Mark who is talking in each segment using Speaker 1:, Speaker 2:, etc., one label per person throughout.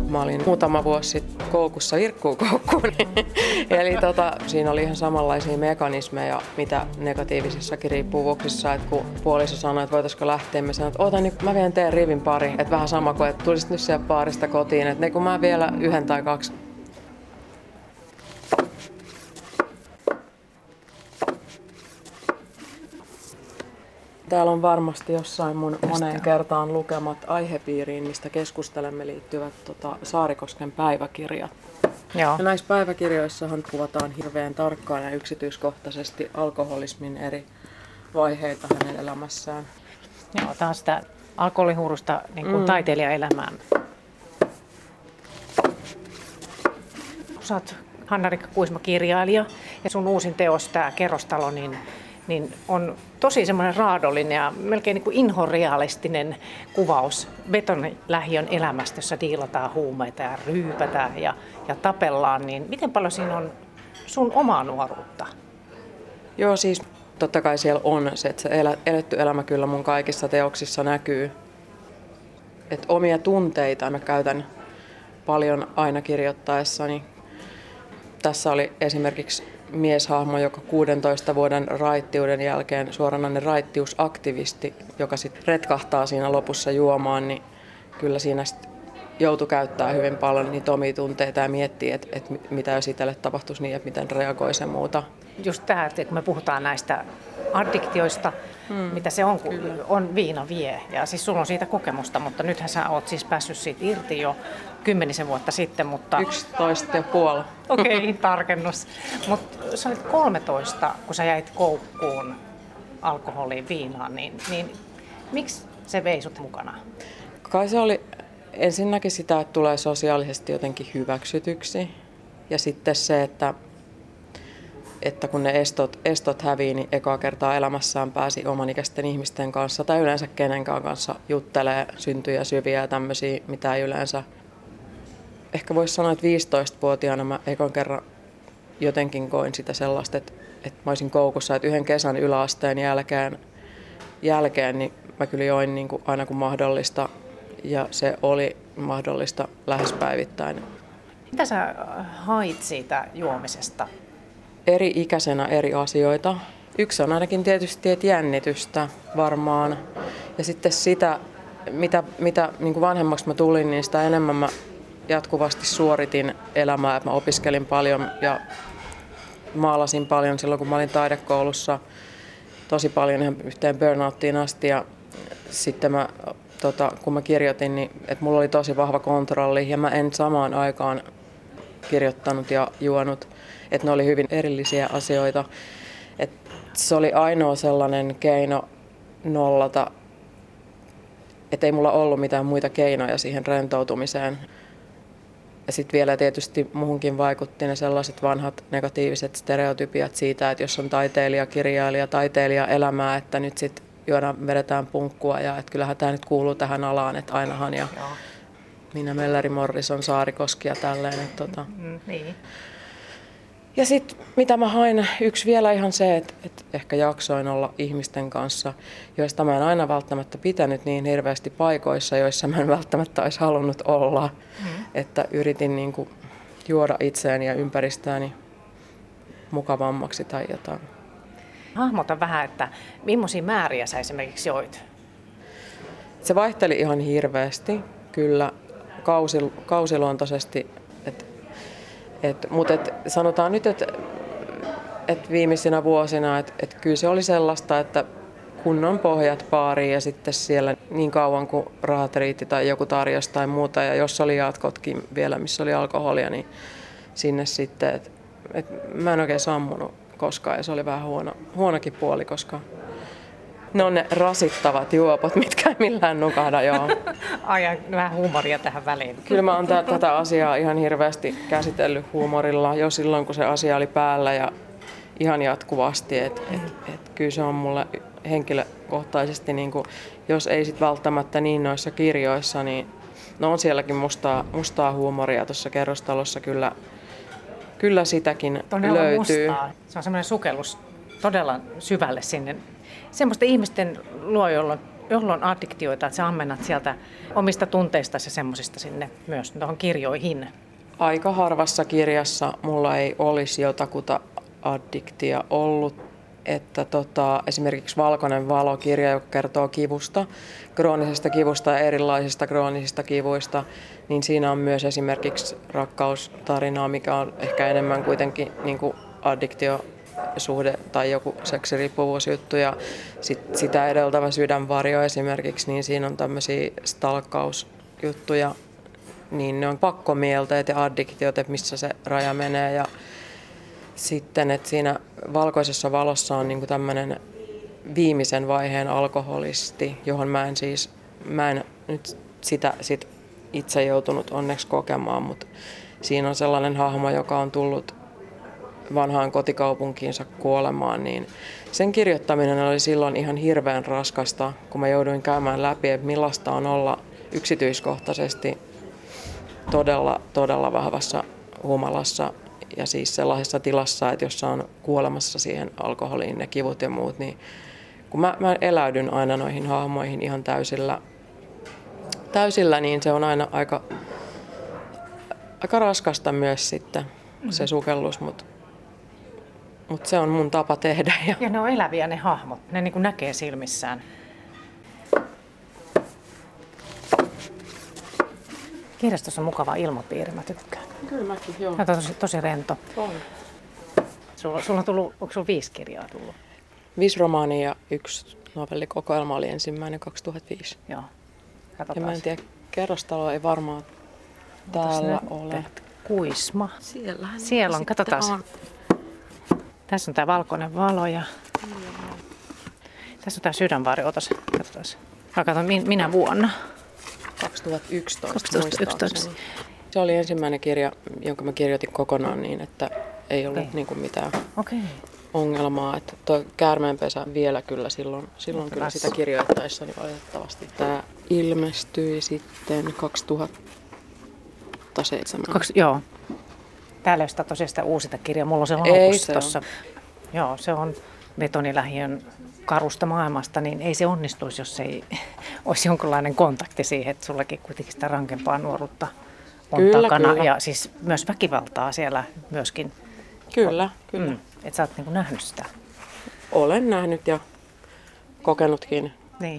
Speaker 1: Mä olin muutama vuosi sitten koukussa irkkuukoukkuun. Eli siinä oli ihan samanlaisia mekanismeja, mitä negatiivisissakin riippuvuuksissa. Että kun puoliso sanoi, että voitaisiko lähteä, mä sanoin, että oota, niin mä vien teidän rivin pari. Että vähän sama kuin, että tulisit nyt sieltä baarista kotiin. Että kun mä vielä 1 tai 2. Täällä on varmasti jossain mun moneen kertaan lukemat aihepiiriin, mistä keskustelemme, liittyvät Saarikosken päiväkirjat. Joo. Ja näissä päiväkirjoissahan kuvataan hirveän tarkkaan ja yksityiskohtaisesti alkoholismin eri vaiheita hänen elämässään.
Speaker 2: Joo, tämä on sitä alkoholihuurusta niin kuin taiteilijaelämään. Sä oot Hanna-Riikka Kuisma kirjailija ja sun uusin teos, tämä Kerrostalo, niin on tosi semmoinen raadollinen ja melkein niin kuin inhorealistinen kuvaus betonilähiön elämästä, jossa diilataan huumeita ja ryypätään ja tapellaan. Niin miten paljon siinä on sun omaa nuoruutta?
Speaker 1: Joo, siis totta kai siellä on se, että se eletty elämä kyllä mun kaikissa teoksissa näkyy. Että omia tunteita mä käytän paljon aina kirjoittaessani. Tässä oli esimerkiksi mieshahmo, joka 16 vuoden raittiuden jälkeen suoranainen raittiusaktivisti, joka sitten retkahtaa siinä lopussa juomaan, niin kyllä siinä sitten joutui käyttämään hyvin paljon niitä omia tunteita ja miettii, että mitä jos itselle tapahtuisi niin, että miten reagoisi ja muuta.
Speaker 2: Just tämä, että kun me puhutaan näistä addiktioista, mitä se on, kun on viina vie. Ja siis sulla on siitä kokemusta, mutta nythän sä oot siis päässyt siitä irti jo 10 vuotta sitten. Mutta
Speaker 1: 11,5.
Speaker 2: Okei, tarkennus. Mutta sä olit 13, kun sä jäit koukkuun alkoholiin, viinaan, niin miksi se vei sut mukana?
Speaker 1: Kai se oli ensinnäkin sitä, että tulee sosiaalisesti jotenkin hyväksytyksi. Ja sitten se, että kun ne estot hävii, niin ekaa kertaa elämässään pääsi omanikäisten ihmisten kanssa tai yleensä kenenkään kanssa juttelee syntyjä syviä ja tämmöisiä, mitä ei yleensä. Ehkä voisi sanoa, että 15-vuotiaana mä ekan kerran jotenkin koin sitä sellaista, että mä olisin koukussa, että 1 kesän yläasteen jälkeen niin mä kyllä join niin kuin aina kun mahdollista ja se oli mahdollista lähes päivittäin.
Speaker 2: Mitä sä hait siitä juomisesta?
Speaker 1: Eri ikäisenä eri asioita. Yksi on ainakin tietysti jännitystä varmaan. Ja sitten sitä, mitä niin kuin vanhemmaksi mä tulin, niin sitä enemmän mä jatkuvasti suoritin elämää. Mä opiskelin paljon ja maalasin paljon silloin, kun mä olin taidekoulussa. Tosi paljon ihan yhteen burnouttiin asti. Ja sitten kun mä kirjoitin, niin että mulla oli tosi vahva kontrolli ja mä en samaan aikaan kirjoittanut ja juonut. Että ne oli hyvin erillisiä asioita. Että se oli ainoa sellainen keino nollata, että ei mulla ollut mitään muita keinoja siihen rentoutumiseen. Ja sitten vielä tietysti muuhunkin vaikutti ne sellaiset vanhat negatiiviset stereotypiat siitä, että jos on taiteilija, kirjailija, taiteilija elämää, että nyt sitten vedetään punkkua ja että kyllähän tämä nyt kuuluu tähän alaan, että ainahan ja minä Melleri Morrison, Saarikoski ja tälleen.
Speaker 2: Niin.
Speaker 1: Ja sitten mitä mä hain, yksi vielä ihan se, että ehkä jaksoin olla ihmisten kanssa, joista mä en aina välttämättä pitänyt niin hirveästi paikoissa, joissa mä en välttämättä olisi halunnut olla. Että yritin niin kuin juoda itseäni ja ympäristöäni mukavammaksi tai jotain.
Speaker 2: Hahmota vähän, että millaisia määriä sä esimerkiksi joit?
Speaker 1: Se vaihteli ihan hirveästi, kyllä, kausiluontoisesti. Mutta sanotaan nyt, että viimeisinä vuosina, että kyllä se oli sellaista, että kunnon pohjat baariin ja sitten siellä niin kauan kuin rahat riitti tai joku tarjosi tai muuta. Ja jos oli jatkotkin vielä, missä oli alkoholia, niin sinne sitten. Mä en oikein sammunut koskaan ja se oli vähän huonokin puoli, koska ne on ne rasittavat juopot, mitkä ei millään nukahda, joo.
Speaker 2: Ai, vähän huumoria tähän väliin.
Speaker 1: Kyllä mä oon tätä asiaa ihan hirveästi käsitellyt huumorilla jo silloin, kun se asia oli päällä ja ihan jatkuvasti. Kyllä se on mulle henkilökohtaisesti, niin kuin, jos ei sit välttämättä niin noissa kirjoissa, niin no on sielläkin mustaa huumoria tuossa Kerrostalossa kyllä sitäkin
Speaker 2: todella
Speaker 1: löytyy.
Speaker 2: Mustaa. Se on semmoinen sukellus todella syvälle sinne. Semmoisten ihmisten luo, joilla on jolloin addiktioita, että sä ammennat sieltä omista tunteistasi ja semmoisista sinne myös tuohon kirjoihin?
Speaker 1: Aika harvassa kirjassa mulla ei olisi jotakuta addiktia ollut. Että esimerkiksi Valkoinen valo-kirja, joka kertoo kivusta, kroonisesta kivusta ja erilaisista kroonisista kivuista, niin siinä on myös esimerkiksi rakkaustarinaa, mikä on ehkä enemmän kuitenkin niin kuin addiktiosuhde tai joku seksiriippuvuusjuttu. Ja sitä edeltävä Sydänvarjo esimerkiksi, niin siinä on tämmöisiä stalkkausjuttuja, niin ne on pakkomielteet ja addiktiot, että missä se raja menee. Ja sitten, että siinä Valkoisessa valossa on niinku tämmöinen viimeisen vaiheen alkoholisti, johon mä en nyt sitä itse joutunut onneksi kokemaan, mutta siinä on sellainen hahmo, joka on tullut vanhaan kotikaupunkiinsa kuolemaan, niin sen kirjoittaminen oli silloin ihan hirveän raskasta, kun mä jouduin käymään läpi, että millaista on olla yksityiskohtaisesti todella vahvassa humalassa. Ja siis sellaisessa tilassa, että jossa on kuolemassa siihen alkoholiin ne kivut ja muut, niin kun mä eläydyn aina noihin hahmoihin ihan täysillä, niin se on aina aika raskasta myös sitten se sukellus, mutta se on mun tapa tehdä.
Speaker 2: Ja ne on eläviä ne hahmot, ne niin kuin näkee silmissään. Kirjastossa on mukava ilmapiiri, mä tykkään.
Speaker 1: Kyllä mäkin, joo.
Speaker 2: Tämä on tosi rento.
Speaker 1: On.
Speaker 2: Sulla on tullut, onko sulla 5 kirjaa tullut?
Speaker 1: 5 romaania ja 1 novellikokoelma oli ensimmäinen 2005.
Speaker 2: Joo.
Speaker 1: Ja mä en tiedä, kerrostalo ei varmaan täällä ole.
Speaker 2: Kuisma.
Speaker 1: Siellä
Speaker 2: on, katsotaan. Tässä on tää Valkoinen valo ja tässä on tää Sydänvarjo. Katsotaan. Katsotaan minä vuonna.
Speaker 1: 2011. Se oli ensimmäinen kirja, jonka mä kirjoitin kokonaan niin, että ei ollut niin kuin mitään ongelmaa. Että tuo Käärmeenpesä vielä kyllä silloin kyllä sitä kirjoittaessani valitettavasti. Tämä ilmestyi sitten 2007.
Speaker 2: Joo. Täällä ei ole tosiaan sitä uusinta kirjaa. Mulla on se laukussa tuossa. Joo, se on Betonilähiön karusta maailmasta, niin ei se onnistuisi, jos ei olisi jonkinlainen kontakti siihen, että sullakin kuitenkin sitä rankempaa nuoruutta on takana. Kyllä. Ja siis myös väkivaltaa siellä myöskin.
Speaker 1: Kyllä.
Speaker 2: Että sä oot niin kuin nähnyt sitä.
Speaker 1: Olen nähnyt ja kokenutkin.
Speaker 2: Niin.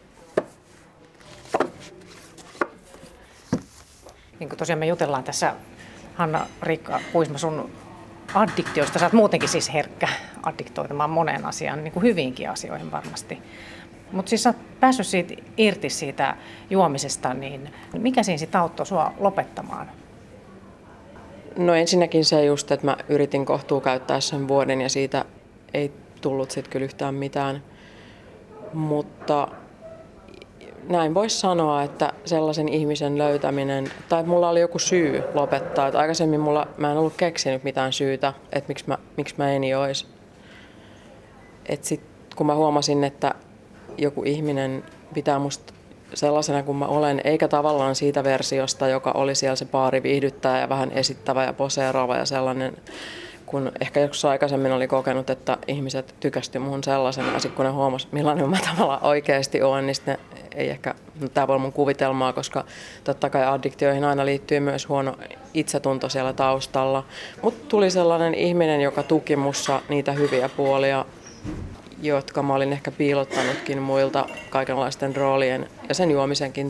Speaker 2: Niin kuin tosiaan me jutellaan tässä, Hanna-Riikka Kuisma, sun addiktioista. Sä oot muutenkin siis herkkä addiktoitumaan moneen asiaan, niin kuin hyviinkin asioihin varmasti. Mutta siis sä oot päässyt irti siitä juomisesta, niin mikä siinä sitten auttoi sua lopettamaan?
Speaker 1: No ensinnäkin se just, että mä yritin kohtuu käyttää sen vuoden ja siitä ei tullut sitten kyllä yhtään mitään. Mutta näin voisi sanoa, että sellaisen ihmisen löytäminen, tai että mulla oli joku syy lopettaa. Että aikaisemmin mä en ollut keksinyt mitään syytä, että miksi mä en joisi. Että sit kun mä huomasin, että joku ihminen pitää musta sellaisena kuin mä olen, eikä tavallaan siitä versiosta, joka oli siellä se baari viihdyttäjä ja vähän esittävä ja poseeraava ja sellainen, kun ehkä joskus aikaisemmin oli kokenut, että ihmiset tykästy muhun sellaisena, ja sitten kun ne huomasi, millainen mä tavallaan oikeasti olen, niin sitten ei ehkä, tämä voi olla mun kuvitelmaa, koska totta kai addiktioihin aina liittyy myös huono itsetunto siellä taustalla. Mutta tuli sellainen ihminen, joka tuki mussa niitä hyviä puolia, jotka mä olin ehkä piilottanutkin muilta kaikenlaisten roolien ja sen juomisenkin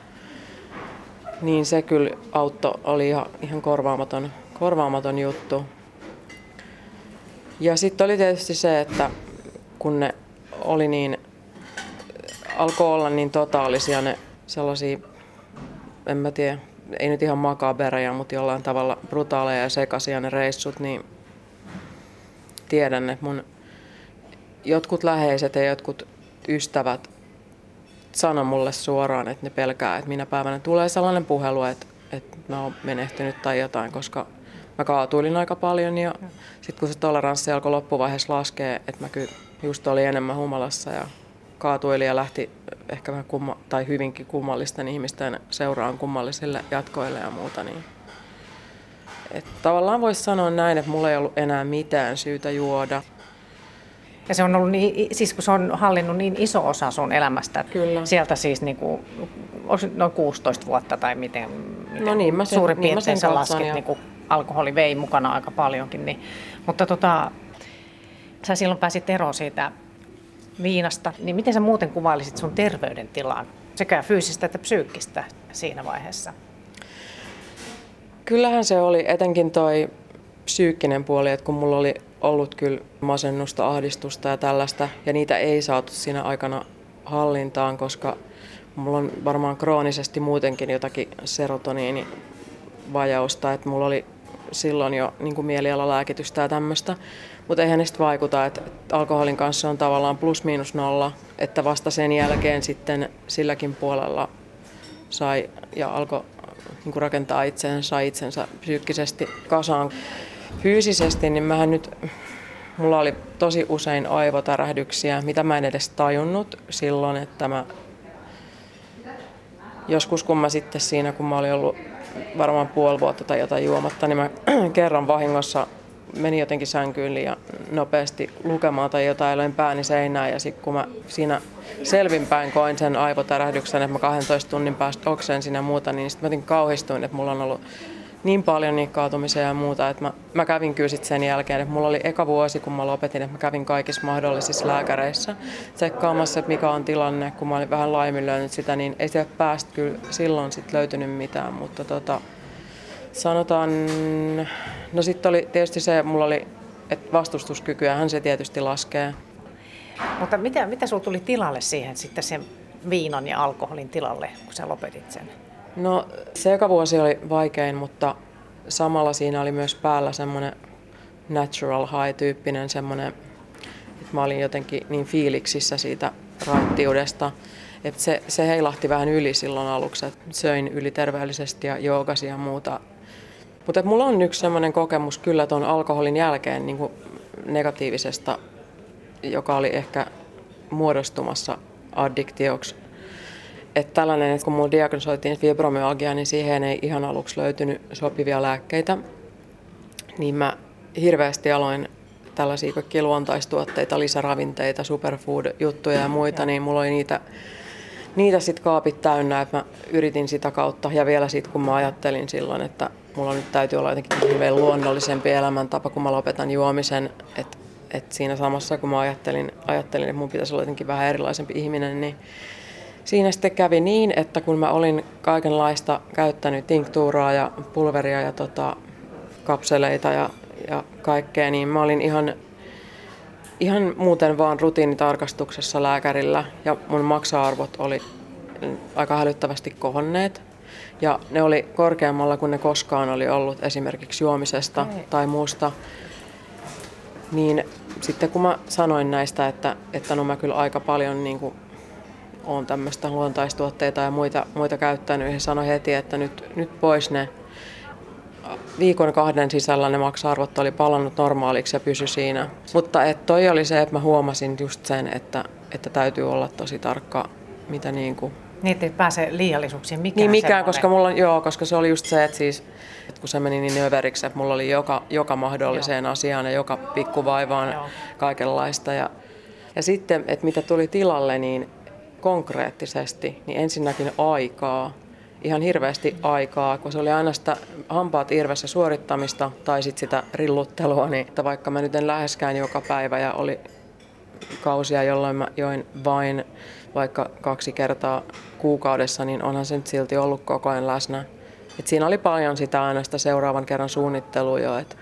Speaker 1: niin se kyllä oli ihan korvaamaton juttu. Ja sitten oli tietysti se, että kun ne alkoi olla niin totaalisia ne sellaisia, en mä tiedä, ei nyt ihan makabereja, mutta jollain tavalla brutaaleja ja sekaisia ne reissut, niin tiedän, että mun jotkut läheiset ja jotkut ystävät sano mulle suoraan, että ne pelkää, että minä päivänä tulee sellainen puhelu, että mä oon menehtynyt tai jotain, koska mä kaatuilin aika paljon ja sitten kun se toleranssi alkoi loppuvaiheessa laskea, että mä kyllä just olin enemmän humalassa ja kaatuilin ja lähti ehkä vähän tai hyvinkin kummallisten ihmisten seuraan kummallisille jatkoille ja muuta. Niin. Tavallaan voisi sanoa näin, että mulla ei ollut enää mitään syytä juoda.
Speaker 2: Ja se on ollut siis kun se on hallinnut niin iso osa sun elämästä, että
Speaker 1: Kyllä.
Speaker 2: sieltä siis niinku, noin 16 vuotta tai miten
Speaker 1: No niin, mä sen,
Speaker 2: suurin
Speaker 1: niin mä sen
Speaker 2: piirtein sä
Speaker 1: katson,
Speaker 2: lasket,
Speaker 1: ja
Speaker 2: niinku, alkoholi vei mukana aika paljonkin. Niin, mutta sä silloin pääsit eroon siitä viinasta, niin miten sä muuten kuvailisit sun terveydentilaan, sekä fyysistä että psyykkistä siinä vaiheessa?
Speaker 1: Kyllähän se oli etenkin toi psyykkinen puoli, että kun mulla oli ollut kyllä masennusta, ahdistusta ja tällaista, ja niitä ei saatu siinä aikana hallintaan, koska mulla on varmaan kroonisesti muutenkin jotakin serotoniinivajausta, että mulla oli silloin jo niin kuin mielialalääkitystä ja tämmöistä, mutta eihän ne sitten vaikuta, että alkoholin kanssa on tavallaan plus miinus nolla, että vasta sen jälkeen sitten silläkin puolella sai ja alkoi niin kuin rakentaa itsensä, sai itsensä psyykkisesti kasaan. Fyysisesti, niin mulla oli tosi usein aivotärähdyksiä, mitä mä en edes tajunnut silloin, että joskus kun mä sitten siinä, kun mä olin ollut varmaan puoli vuotta tai jotain juomatta, niin mä kerran vahingossa menin jotenkin sänkyyn liian nopeasti lukemaan tai jotain, löin pääni seinään, ja sitten kun mä siinä selvinpäin koin sen aivotärähdyksen, että mä 12 tunnin päästä oksensin ja muuta, niin sitten mä jotenkin kauhistuin, että mulla on ollut niin paljon niitä kaatumisia ja muuta, että mä kävin kyllä sit sen jälkeen, että mulla oli eka vuosi, kun mä lopetin, että mä kävin kaikissa mahdollisissa lääkäreissä tsekkaamassa, että mikä on tilanne, kun mä olin vähän laiminlyönyt sitä, niin ei sieltä päästä kyllä silloin sit löytynyt mitään, mutta sanotaan, no sitten oli tietysti se, mulla oli, että vastustuskykyähän se tietysti laskee.
Speaker 2: Mutta mitä sulla tuli tilalle siihen sitten sen viinan ja alkoholin tilalle, kun sä lopetit sen?
Speaker 1: No se eka vuosi oli vaikein, mutta samalla siinä oli myös päällä semmoinen natural high-tyyppinen semmoinen, että mä olin jotenkin niin fiiliksissä siitä raittiudesta, että se heilahti vähän yli silloin aluksi, että söin yliterveellisesti ja joogasin ja muuta. Mutta mulla on yksi semmoinen kokemus kyllä tuon alkoholin jälkeen niin kuin negatiivisesta, joka oli ehkä muodostumassa addiktioksi. Että tällainen, että kun mulla diagnosoitiin fibromyalgia, niin siihen ei ihan aluksi löytynyt sopivia lääkkeitä. Niin mä hirveästi aloin tällaisia kaikkia luontaistuotteita, lisäravinteita, superfood-juttuja ja muita, niin mulla oli niitä sitten kaapit täynnä, että mä yritin sitä kautta. Ja vielä sitten kun mä ajattelin silloin, että mulla nyt täytyy olla jotenkin hyvin luonnollisempi elämäntapa, kun mä lopetan juomisen. Että siinä samassa kun mä ajattelin, että mun pitäisi olla jotenkin vähän erilaisempi ihminen, niin siinä sitten kävi niin, että kun mä olin kaikenlaista käyttänyt tinktuuraa ja pulveria ja kapseleita ja kaikkea, niin mä olin ihan muuten vaan rutiinitarkastuksessa lääkärillä ja mun maksa-arvot oli aika hälyttävästi kohonneet. Ja ne oli korkeammalla kuin ne koskaan oli ollut esimerkiksi juomisesta tai muusta. Niin sitten kun mä sanoin näistä, että no mä kyllä aika paljon niin kuin olen tämmöistä luontaistuotteita ja muita käyttänyt, ja sanoi heti, että nyt pois ne. Viikon 2 sisällä ne maksa-arvot oli palannut normaaliksi ja pysy siinä. Mutta toi oli se, että mä huomasin just sen, että täytyy olla tosi tarkka, mitä niinku.
Speaker 2: Niin, ei pääse liiallisuuksiin
Speaker 1: Mikään, koska se oli just se, että kun se meni niin överiksi, että mulla oli joka mahdolliseen asiaan ja joka pikkuvaivaan kaikenlaista. Ja sitten, että mitä tuli tilalle, niin konkreettisesti, niin ensinnäkin aikaa, ihan hirveästi aikaa, kun se oli aina sitä hampaat irvessä suorittamista tai sitten sitä rilluttelua, niin että vaikka mä nyt en läheskään joka päivä ja oli kausia, jolloin mä join vain vaikka 2 kertaa kuukaudessa, niin onhan se nyt silti ollut koko ajan läsnä. Et siinä oli paljon sitä aina sitä seuraavan kerran suunnittelua jo, että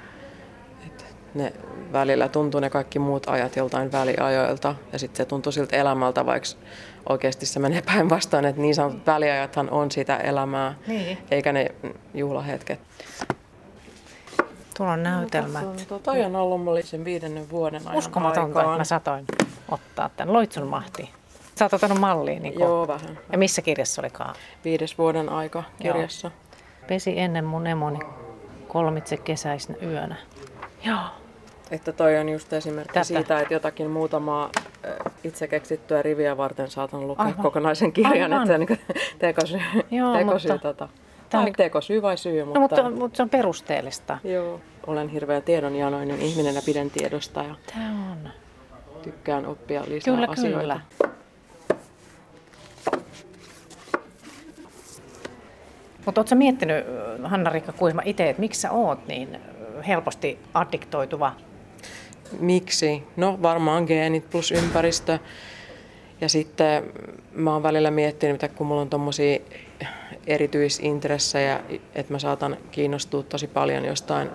Speaker 1: ne välillä tuntui ne kaikki muut ajat joltain väliajoilta ja sitten se tuntui siltä elämältä, vaikka oikeasti se menee päinvastoin, että niin sanotut väliajathan on sitä elämää, eikä ne juhlahetket.
Speaker 2: Tuolla on näytelmät.
Speaker 1: Toi on ollut mulle sen 5. vuoden ajan
Speaker 2: uskomatonta, että mä satoin ottaa tämän Loitsun mahti. Sä oot ottanut malliin. Niin
Speaker 1: joo, vähän.
Speaker 2: Ja missä kirjassa olikaan?
Speaker 1: 5. vuoden aika kirjassa.
Speaker 2: Joo. Pesi ennen mun emoni 3 kesäisenä yönä. Joo.
Speaker 1: Että toi on just esimerkki siitä, että jotakin muutamaa itse keksittyä riviä varten saatan lukea kokonaisen kirjan, että se on niin tekosyy. Tekosyy vai syy?
Speaker 2: Mutta se on perusteellista.
Speaker 1: Joo. Olen hirveän tiedonjanoinen ihminen ja pidän tiedosta.
Speaker 2: Tämä on.
Speaker 1: tykkään oppia lisää asioita.
Speaker 2: Kyllä. Mutta ootko sä miettinyt, Hanna-Riikka Kuisma, itse, että miksi sä oot niin helposti addiktoituva?
Speaker 1: Miksi? No varmaan geenit plus ympäristö. Ja sitten mä oon välillä miettinyt, että kun mulla on tommosia erityisintressejä, että mä saatan kiinnostua tosi paljon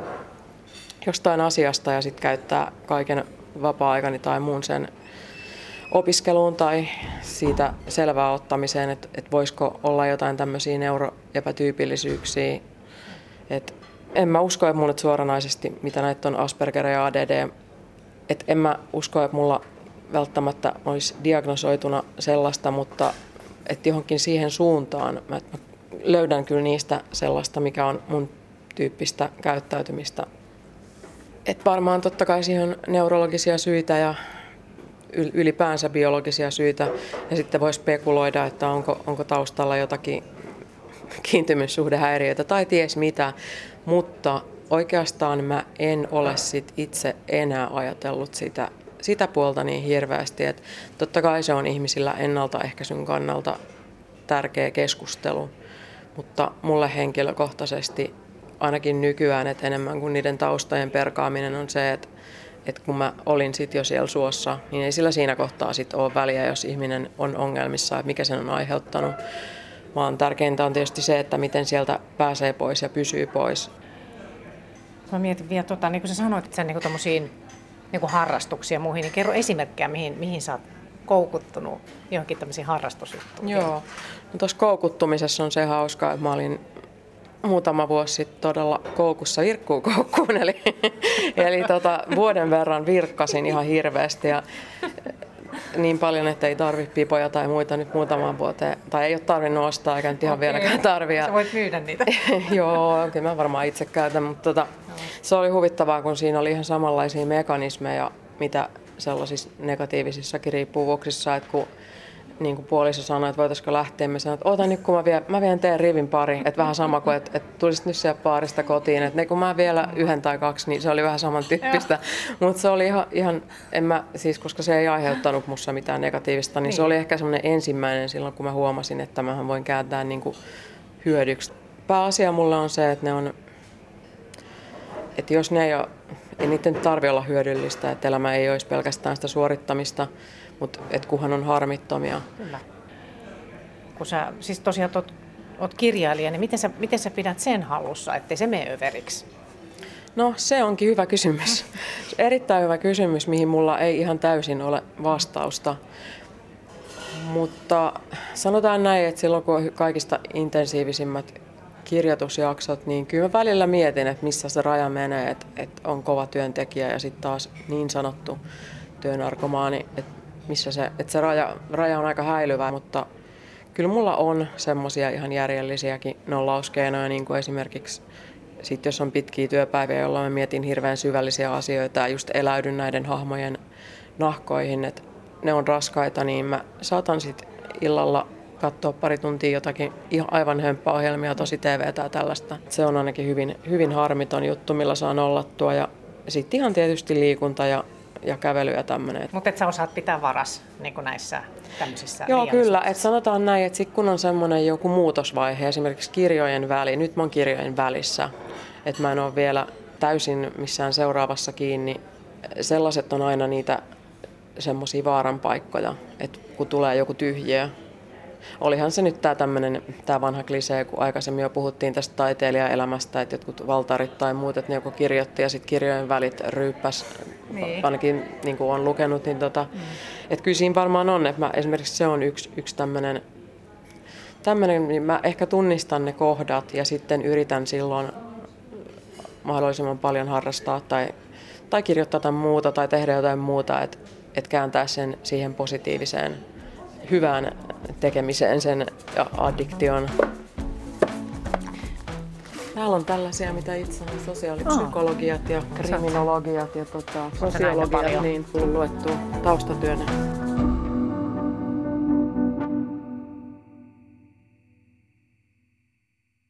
Speaker 1: jostain asiasta ja sitten käyttää kaiken vapaa-aikani tai muun sen opiskeluun tai siitä selvää ottamiseen, että voisiko olla jotain tämmöisiä neuroepätyypillisyyksiä. Et en mä usko, että mulle suoranaisesti, mitä näitä on Asperger ja ADD, että en mä usko, että mulla välttämättä olisi diagnosoituna sellaista, mutta että johonkin siihen suuntaan mä löydän kyllä niistä sellaista, mikä on mun tyyppistä käyttäytymistä. Et varmaan totta kai siihen on neurologisia syitä ja ylipäänsä biologisia syitä. Ja sitten voi spekuloida, että onko taustalla jotakin kiintymyssuhdehäiriöitä tai ties mitä. Mutta oikeastaan mä en ole itse enää ajatellut sitä puolta niin hirveästi. Että totta kai se on ihmisillä ennaltaehkäisyn kannalta tärkeä keskustelu. Mutta mulle henkilökohtaisesti ainakin nykyään, että enemmän kuin niiden taustojen perkaaminen on se, että kun mä olin sit jo siellä suossa, niin ei sillä siinä kohtaa sit ole väliä, jos ihminen on ongelmissa, että mikä sen on aiheuttanut. Vaan tärkeintä on tietysti se, että miten sieltä pääsee pois ja pysyy pois.
Speaker 2: Mä mietin vielä, niin kuin sä sanoit, että sä niin tommosiin niin harrastuksia ja muihin, niin kerro esimerkkejä, mihin sä oot koukuttunut johonkin tämmöisiin harrastusjuttuihin.
Speaker 1: Joo, no tuossa koukuttumisessa on se hauskaa, että mä olin muutama vuosi sitten todella koukussa virkkuukoukkuun, eli vuoden verran virkkasin ihan hirveästi ja niin paljon, että ei tarvitse pipoja tai muita nyt muutamaan vuoteen, tai ei ole tarvinnut ostaa eikä nyt ihan vieläkään tarvitse.
Speaker 2: Sä voit myydä niitä.
Speaker 1: Joo, kyllä mä varmaan itse käytän, mutta se oli huvittavaa, kun siinä oli ihan samanlaisia mekanismeja, mitä sellaisissa negatiivisissakin riippuvuuksissa, että kun niin kuin puoliso sanoi, että voitaisiko lähteä, mä sanoin, että oota nyt kun mä vien teidän rivin pari, että vähän sama kuin, että tulisit nyt sieltä baarista kotiin, että kun mä vielä 1 tai 2, niin se oli vähän samantyyppistä, mutta se oli ihan koska se ei aiheuttanut musta mitään negatiivista, niin se oli ehkä semmoinen ensimmäinen silloin, kun mä huomasin, että mähän voin kääntää niin kuin hyödyksi. Pääasia mulle on se, että että jos ne ei niiden tarvitse olla hyödyllistä, että elämä ei olisi pelkästään sitä suorittamista, mutta kunhan on harmittomia.
Speaker 2: Kyllä. Kun sä siis tosiaan oot kirjailija, niin miten sä pidät sen hallussa, ettei se mene överiksi?
Speaker 1: No se onkin hyvä kysymys. Erittäin hyvä kysymys, mihin mulla ei ihan täysin ole vastausta. Mutta sanotaan näin, että silloin kun on kaikista intensiivisimmät kirjoitusjaksot, niin kyllä mä välillä mietin, että missä se raja menee, että on kova työntekijä ja sitten taas niin sanottu työnarkomaani, että se raja on aika häilyvä, mutta kyllä mulla on semmoisia ihan järjellisiäkin nollauskeinoja, niin kuin esimerkiksi sit jos on pitkiä työpäiviä, jolloin mä mietin hirveän syvällisiä asioita ja just eläydyn näiden hahmojen nahkoihin, että ne on raskaita, niin mä saatan sitten illalla katsoa pari tuntia jotakin aivan hömppäohjelmia, tosi TVtä ja tällaista. Se on ainakin hyvin, hyvin harmiton juttu, millä saa nollattua ja sitten ihan tietysti liikunta ja kävely ja tämmöinen.
Speaker 2: Mutta et sä osaat pitää varas niin kuin näissä tämmöisissä.
Speaker 1: Joo, kyllä. Et sanotaan näin, että sitten kun on semmoinen joku muutosvaihe, esimerkiksi kirjojen väli, nyt mä oon kirjojen välissä, että mä en ole vielä täysin missään seuraavassa kiinni. Sellaiset on aina niitä semmoisia vaaranpaikkoja, että kun tulee joku tyhjiö. Olihan se nyt tämä vanha klisee, kun aikaisemmin jo puhuttiin tästä taiteilijaelämästä, että jotkut valtarit tai muut, että ne joko kirjoitti ja sitten kirjojen välit ryyppäs, ainakin niin kuin olen lukenut, niin että kyllä siinä varmaan on, että esimerkiksi se on yksi tämmöinen, niin mä ehkä tunnistan ne kohdat ja sitten yritän silloin mahdollisimman paljon harrastaa tai kirjoittaa jotain muuta tai tehdä jotain muuta, että kääntää sen siihen positiiviseen hyvään tekemiseen sen addiktion. Täällä on tällaisia, mitä itse on sosiaalipsykologiat ja kriminologiat ja sosiologiat niin tullut luettua taustatyönä.